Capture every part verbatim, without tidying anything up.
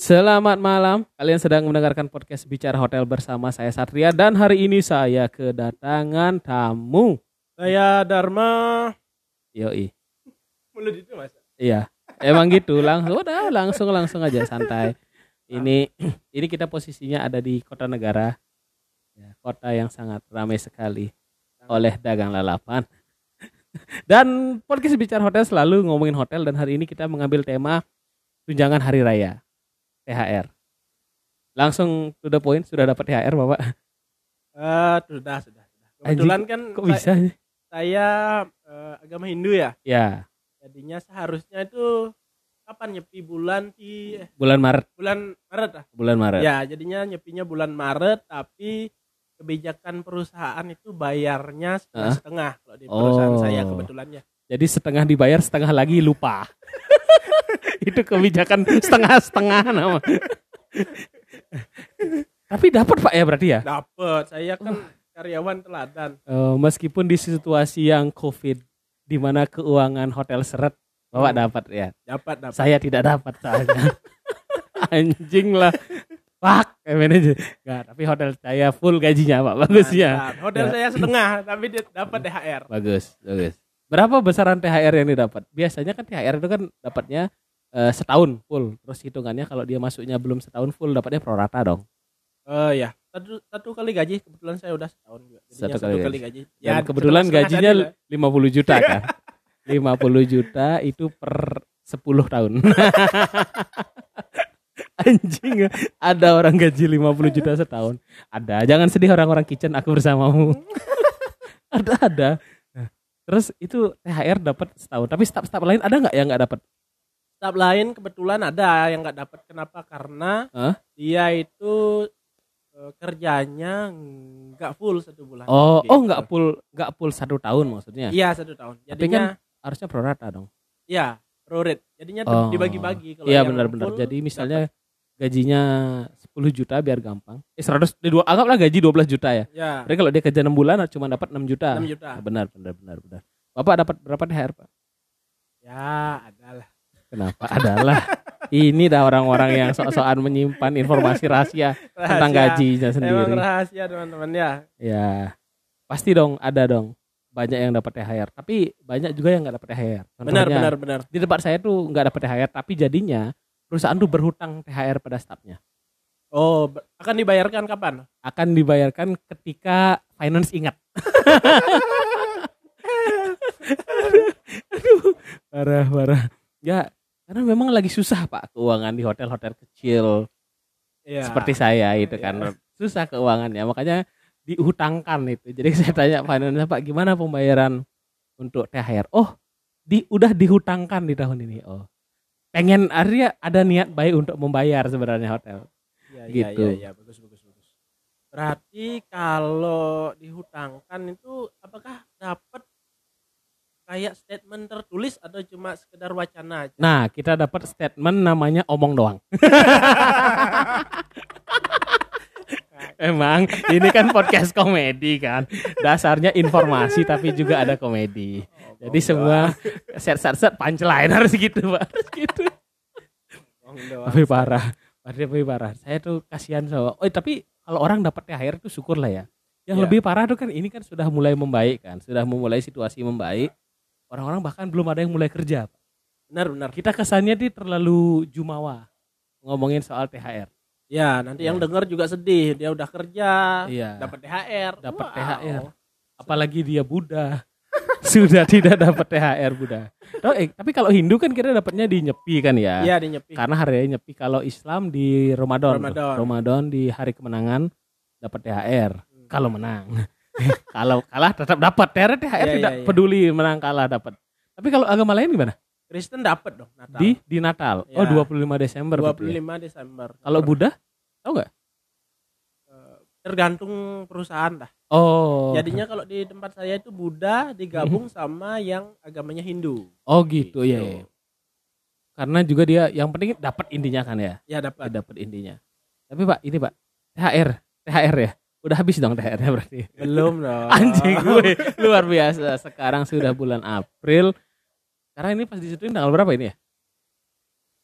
Selamat malam, kalian sedang mendengarkan podcast Bicara Hotel bersama saya Satria. Dan hari ini saya kedatangan tamu. Saya Dharma. Yoi. Mulut itu mas? Iya, emang gitu, langsung udah langsung langsung aja santai. Ini ini kita posisinya ada di kota negara, ya, kota yang sangat ramai sekali oleh dagang lalapan. Dan podcast Bicara Hotel selalu ngomongin hotel, dan hari ini kita mengambil tema tunjangan hari raya, T H R. Langsung to the point, sudah dapat T H R Bapak? Uh, sudah, sudah, sudah. Kebetulan Anjing, kan kok bisa? Saya, saya uh, agama Hindu ya. Ya. Jadinya seharusnya itu kapan nyepi bulan di Bulan Maret. Bulan Maret ah. Bulan Maret. Ya, jadinya nyepinya bulan Maret, tapi kebijakan perusahaan itu bayarnya setengah-setengah kalau di perusahaan oh. saya kebetulannya. Jadi setengah dibayar, setengah lagi lupa. Itu kebijakan setengah-setengah nama. Tapi dapat Pak ya berarti ya? Dapat. Saya kan uh. karyawan teladan. Uh, meskipun di situasi yang Covid, di mana keuangan hotel seret, Bapak hmm. dapat ya? Dapat, dapat. Saya tidak dapat soalnya. Anjing lah. Pak, manajer. Enggak, tapi hotel saya full gajinya Pak. Bagus ya. Hotel ya. Saya setengah, tapi dia dapat T H R. Bagus, bagus. Berapa besaran T H R yang didapat? Biasanya kan T H R itu kan dapatnya uh, setahun full. Terus hitungannya kalau dia masuknya belum setahun full, dapatnya pro rata dong. Oh uh, ya, satu, satu kali gaji. Kebetulan saya udah setahun juga. Satu, satu kali, kali gaji. gaji. Ya, kebetulan gajinya lima puluh juta kan. lima puluh juta itu per sepuluh tahun. Anjing, ada orang gaji lima puluh juta setahun. Ada, jangan sedih orang-orang kitchen, aku bersamamu. ada, ada. Nah, terus itu T H R dapat setahun, tapi staf-staf lain ada nggak yang nggak dapat? Staf lain kebetulan ada yang nggak dapat. Kenapa? Karena huh? dia itu uh, kerjanya nggak full satu bulan. Oh, gitu. oh nggak full, nggak full satu tahun maksudnya? Iya satu tahun. Jadinya, tapi kan harusnya pro rata dong. Iya, pro rate. Jadinya oh. dibagi-bagi. Iya benar-benar. Jadi misalnya dapet. Gajinya sepuluh juta biar gampang. Eh seratus dua anggaplah gaji dua belas juta ya. Ya. Berarti kalau dia kerja enam bulan cuma dapat enam juta. enam juta. Nah, benar, benar, benar, benar. Bapak dapat berapa T H R, Pak? Ya, adalah. Kenapa adalah? Ini dah orang-orang yang sok-sokan menyimpan informasi rahasia, rahasia tentang gajinya sendiri. Emang rahasia teman-teman ya. Ya. Pasti dong, ada dong. Banyak yang dapat T H R, tapi banyak juga yang enggak dapat T H R. Contohnya, benar, benar, benar. Di tempat saya tuh enggak dapat T H R, tapi jadinya perusahaan tuh berhutang T H R pada stafnya. Oh, akan dibayarkan kapan? Akan dibayarkan ketika finance ingat. Aduh, parah, parah. Ya, karena memang lagi susah Pak keuangan di hotel-hotel kecil. Ya. Seperti saya itu ya. Kan susah keuangannya, makanya dihutangkan itu. Jadi saya tanya finance Pak, gimana pembayaran untuk T H R? Oh, di udah dihutangkan di tahun ini. Oh. Pengen Arya ada niat baik untuk membayar sebenarnya hotel. Ya, gitu. Ya, ya, ya, bagus, bagus, bagus. Berarti kalau dihutangkan itu apakah dapat kayak statement tertulis atau cuma sekedar wacana aja? Nah, kita dapat statement namanya omong doang. Emang ini kan podcast komedi kan. Dasarnya informasi tapi juga ada komedi. Oh, jadi semua set-set punchline harus gitu, Pak. Harus gitu. Tapi parah. Tapi parah. Saya tuh kasihan sama. Oh, tapi kalau orang dapat T H R itu syukur lah ya. Yang ya. Lebih parah tuh kan ini kan sudah mulai membaik kan. Sudah memulai situasi membaik. Orang-orang bahkan belum ada yang mulai kerja, Pak. Benar, benar. Kita kesannya nih terlalu jumawa ngomongin soal T H R. Ya, nanti ya. Yang dengar juga sedih. Dia udah kerja, ya. dapat T H R, dapat wow. T H R. Apalagi dia Buddha, sudah tidak dapat T H R Buddha. Oh, eh, tapi kalau Hindu kan kita dapatnya di Nyepi kan ya? Iya, di Nyepi. Karena hari Nyepi. Kalau Islam di Ramadan. Ramadan, Ramadan di hari kemenangan dapat T H R. Hmm. Kalau menang. Kalau kalah tetap dapat. T H R T H R ya, tidak ya, ya. peduli menang kalah dapat. Tapi kalau agama lain gimana? Kristen dapat dong Natal. Di di Natal. Ya. Oh, dua puluh lima Desember. dua puluh lima ya? Desember. Kalau Buddha? Tahu enggak? Tergantung perusahaan dah. Oh. Jadinya kalau di tempat saya itu Buddha digabung sama yang agamanya Hindu. Oh, gitu, gitu. Ya. Karena juga dia yang penting dapat intinya kan ya? Ya, dapat. Dapat intinya. Tapi Pak, ini Pak, T H R, T H R ya. Udah habis dong T H R-nya berarti. Belum dong. Anjing gue luar biasa. Sekarang sudah bulan April. Sekarang ini pas disituin tanggal berapa ini ya?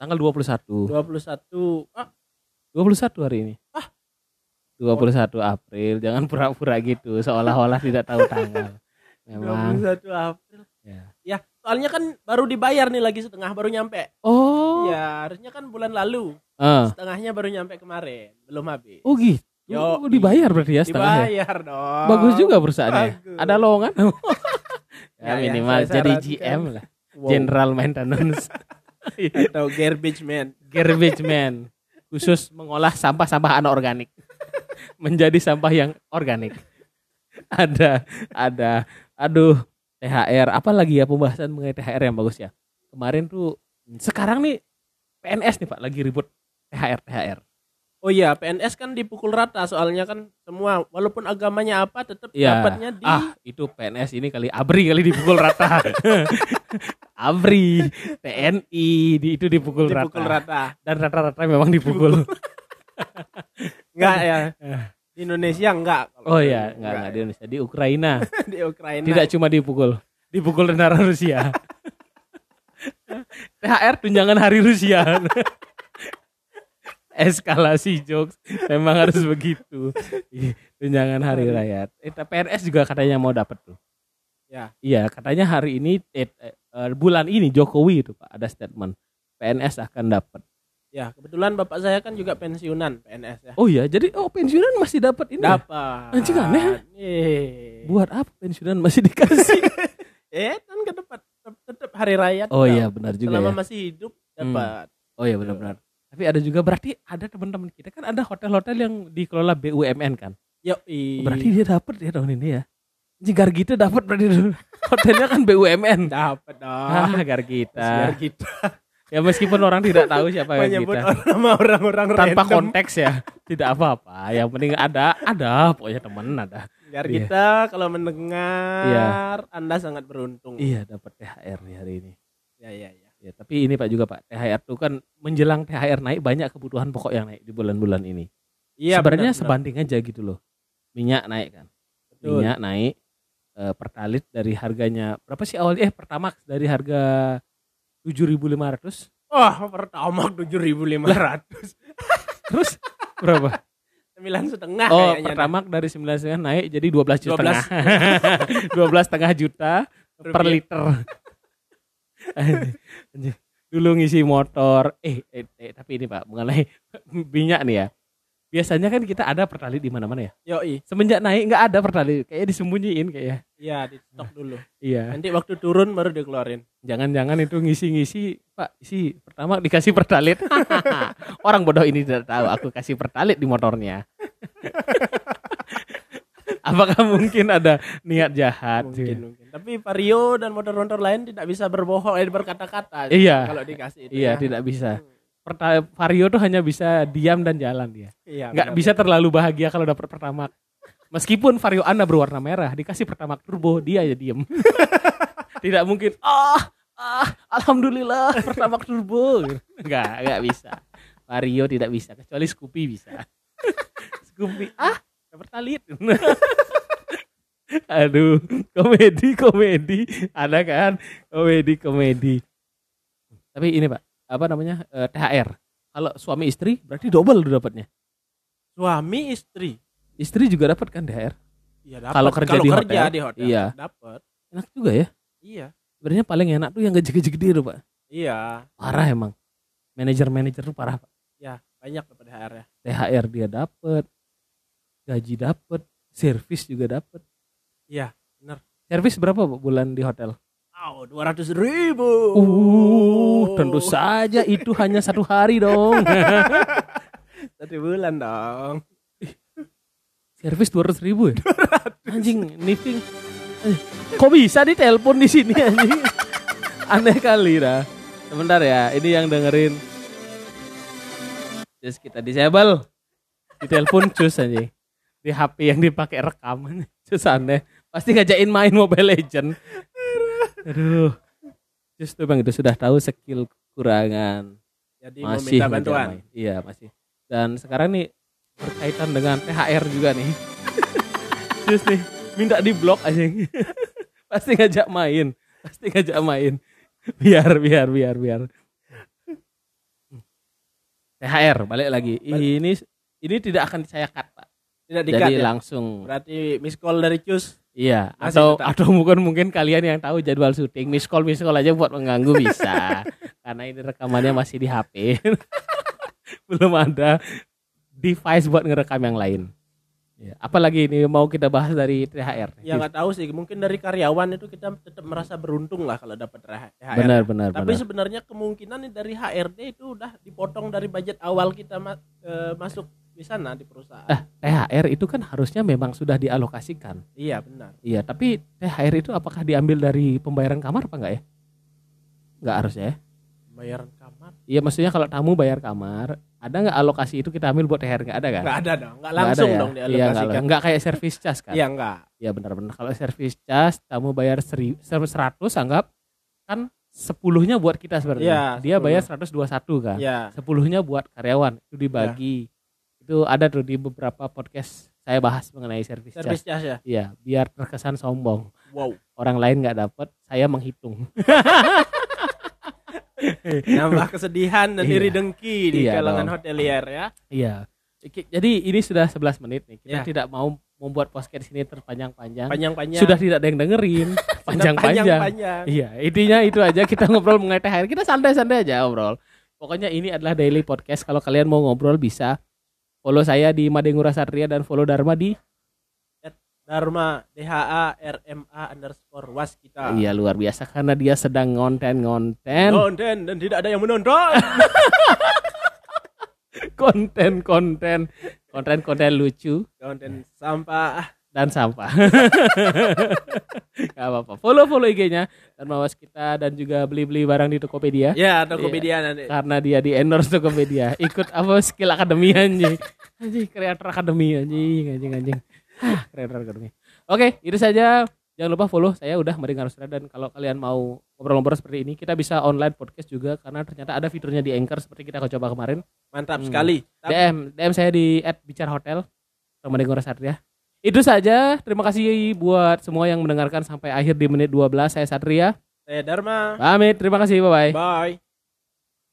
Tanggal dua puluh satu. dua puluh satu. Ah, dua puluh satu hari ini. Ah. dua puluh satu April. Jangan pura-pura gitu seolah-olah tidak tahu tanggal. dua Memang. puluh satu April. Ya. Ya, soalnya kan baru dibayar nih lagi setengah baru nyampe. Oh. Iya, harusnya kan bulan lalu. Ah. Setengahnya baru nyampe kemarin, belum habis. Oh gitu. Yo, Oh, dibayar berarti ya setengahnya. Dibayar dong. Bagus juga perusahaannya. Bagus. Ada lowongan. Ya, ya ya, minimal saya jadi sarankan. G M lah. Wow. General Maintenance. Atau garbage man. Garbage man. Khusus mengolah sampah-sampah anorganik menjadi sampah yang organik. Ada, ada. Aduh, T H R. Apa lagi ya pembahasan mengenai T H R yang bagus ya? Kemarin tuh, sekarang nih P N S nih Pak lagi ribut T H R T H R. Oh iya, P N S kan dipukul rata soalnya kan semua walaupun agamanya apa tetap Ya, dapatnya di ah itu P N S ini kali ABRI kali dipukul rata. ABRI, T N I di itu dipukul, dipukul rata. rata. Dan rata-rata memang dipukul. Enggak ya. Di Indonesia enggak. Oh iya, enggak enggak di Indonesia, di Ukraina. Di Ukraina. Tidak cuma dipukul, dipukul tentara Rusia. T H R tunjangan hari Rusia. Eskalasi jokes memang harus begitu. Tunjangan hari rakyat. Eh, P N S juga katanya mau dapat tuh. Ya. Iya, katanya hari ini eh, eh, bulan ini Jokowi itu Pak ada statement P N S akan dapat. Ya, kebetulan bapak saya kan juga pensiunan P N S ya. Oh iya, jadi oh pensiunan masih dapat ini. Dapat. Anjing aneh. Eh. Buat apa pensiunan masih dikasih? eh, kan ke depan tetap hari raya. Oh tetap. iya, benar juga Selama ya. masih hidup dapat. Hmm. Oh iya benar-benar. Tapi ada juga berarti ada teman-teman kita kan ada hotel-hotel yang dikelola B U M N kan. Yo, Berarti dia dapat ya tahun ini ya. Jigar gitu dapat berarti dulu. Hotelnya kan B U M N. dapat dong. Ah, Gargita. Biar kita Ya meskipun orang tidak tahu siapa menyebut Gargita. nama orang-orang Tanpa random. konteks ya. Tidak apa-apa. Yang penting ada, ada pokoknya teman ada. Biar Iya. kita kalau mendengar Anda sangat beruntung. Iya, dapat T H R nih hari ini. Ya ya ya. Ya, tapi ini Pak juga Pak, T H R tuh kan menjelang T H R naik banyak kebutuhan pokok yang naik di bulan-bulan ini. Iya, Sebenarnya benar, sebanding aja gitu loh. Minyak naik kan. Betul. Minyak naik, e, Pertalite dari harganya berapa sih awalnya? Eh Pertamax dari harga tujuh ribu lima ratus. Wah, Pertamax tujuh ribu lima ratus. Terus berapa? sembilan setengah Oh, kayaknya. Pertamax dari sembilan setengah naik jadi dua belas juta dua belas. setengah. dua belas setengah juta per Rupiah. liter. Dulu ngisi motor eh, eh, eh tapi ini Pak mengenai minyak nih ya. Biasanya kan kita ada Pertalite di mana-mana ya. Yoi. Semenjak naik nggak ada Pertalite, kayak disembunyiin kayak. Iya, di stok dulu. Iya. Nanti waktu turun baru dikeluarin. Jangan-jangan itu ngisi-ngisi, Pak, isi pertama dikasih Pertalite. Orang bodoh ini tidak tahu aku kasih Pertalite di motornya. Apakah mungkin ada niat jahat? Mungkin, mungkin. Tapi Vario dan motor-motor lain tidak bisa berbohong, eh, berkata-kata. Iya. Kalau dikasih itu. Iya, ya. tidak bisa. Perta- Vario tuh hanya bisa diam dan jalan dia. Iya. Nggak benar. bisa terlalu bahagia kalau dapat Pertamax. Meskipun Vario Anda berwarna merah, dikasih Pertamax turbo, dia ya diem. Tidak mungkin, ah, ah, alhamdulillah Pertamax turbo. Enggak, enggak bisa. Vario tidak bisa, kecuali Scoopy bisa. Scoopy, ah, Pertalite. Aduh, komedi, komedi. Ada kan? Komedi, komedi. Tapi ini Pak, apa namanya? eh, T H R. Kalau suami istri berarti double tuh dapatnya. Suami istri. Istri juga dapat kan T H R? Iya, dapat. Kalau kerja di kerja hotel, di hotel. iya. Dapat. Enak juga ya. Iya. Sebenarnya paling enak tuh yang gaji-gaji gede tuh Pak. Iya. Parah emang. Manajer-manajer tuh parah Pak. Ya, banyak dapat T H R ya. T H R dia dapat, gaji dapat, servis juga dapat. Iya, benar. Servis berapa Pak bulan di hotel? Oh, dua ratus ribu. Uh, tentu saja itu hanya satu hari dong. Satu bulan dong. Servis dua ratus ribu ya? Anjing, nifting. Eh, kok bisa ditelepon di sini anjing? Aneh kali dah. Sebentar ya, ini yang dengerin. Terus kita disable. Ditelepon cus anjing. Di H P yang dipakai rekaman. Cus aneh. Pasti ngajakin main Mobile Legend. Aduh. Cus tuh bang itu sudah tahu skill kekurangan. Jadi Masih meminta ngajak bantuan. main. Iya masih. Dan sekarang nih berkaitan dengan T H R juga nih. Terus nih minta di blok aja. Pasti ngajak main. Pasti ngajak main. Biar biar biar biar. T H R balik lagi. Ini ini tidak akan saya cut, Pak. Tidak di-cut Jadi ya? langsung. Berarti miss call dari Cus. Iya, Masih atau tetap. atau mungkin mungkin kalian yang tahu jadwal syuting, miss call miss call aja buat mengganggu bisa. Karena ini rekamannya masih di H P. Belum ada device buat ngerekam yang lain. Ya, apalagi ini mau kita bahas dari T H R. Ya nggak tahu sih, mungkin dari karyawan itu kita tetap merasa beruntung lah kalau dapat T H R. Benar benar Tapi benar. sebenarnya kemungkinan nih dari H R D itu udah dipotong dari budget awal kita ma- eh, masuk di sana di perusahaan. Ah, T H R itu kan harusnya memang sudah dialokasikan. Iya benar. Iya, tapi T H R itu apakah diambil dari pembayaran kamar apa enggak ya? Enggak harusnya ya. Bayaran kamar? Iya, maksudnya kalau tamu bayar kamar, ada nggak alokasi itu kita ambil buat T H R? Nggak ada kan? Nggak ada dong, nggak Nggak langsung ada ya? dong Iya, dialokasikan. nggak, nggak kayak service charge kan? Iya nggak. Iya benar-benar. Kalau service charge tamu bayar seri, seratus anggap kan sepuluhnya buat kita sebenarnya. Iya, Dia sepuluh. bayar seratus dua puluh satu kan? Iya. sepuluhnya buat karyawan, itu dibagi. Itu ada tuh di beberapa podcast saya bahas mengenai service charge. Service charge ya. Iya, biar terkesan sombong. Wow. Orang lain nggak dapat, saya menghitung. Nambah kesedihan dan Iya. iri dengki di Iya kalangan dong. hotelier ya. Iya. Oke, jadi ini sudah sebelas menit nih. Kita Ya. tidak mau membuat podcast ini terpanjang-panjang. Panjang-panjang. Sudah tidak ada yang dengerin. Sudah Panjang-panjang. panjang-panjang. Iya, intinya itu aja, kita ngobrol mengenai T H R. Kita santai-santai aja ngobrol. Pokoknya ini adalah daily podcast. Kalau kalian mau ngobrol bisa follow saya di Madengura Satria dan follow Dharma di Dharma D H A R M A underscore waskita. Iya, luar biasa karena dia sedang ngonten-ngonten. Konten dan tidak ada yang menonton. Konten-konten konten-konten lucu Konten sampah. dan sampah. Gak apa-apa. Follow-follow I G-nya Dharma Waskita dan juga beli-beli barang di Tokopedia. Ya, Tokopedia nanti. Karena dia di endorse Tokopedia. Ikut apa skill akademi anjing. Anjing kreator akademi anjing anjing anjing. Hah, kreator akademi. Oke, itu saja. Jangan lupa follow saya udah Mari Ngarusra, dan kalau kalian mau ngobrol-ngobrol seperti ini, kita bisa online podcast juga karena ternyata ada fiturnya di Anchor seperti kita coba kemarin. Mantap Hmm. sekali. D M D M saya di et bicara hotel sama Mari Satria. Itu saja. Terima kasih buat semua yang mendengarkan sampai akhir di menit dua belas. Saya Satria. Saya Dharma. Pamit. Terima kasih. Bye bye. Bye.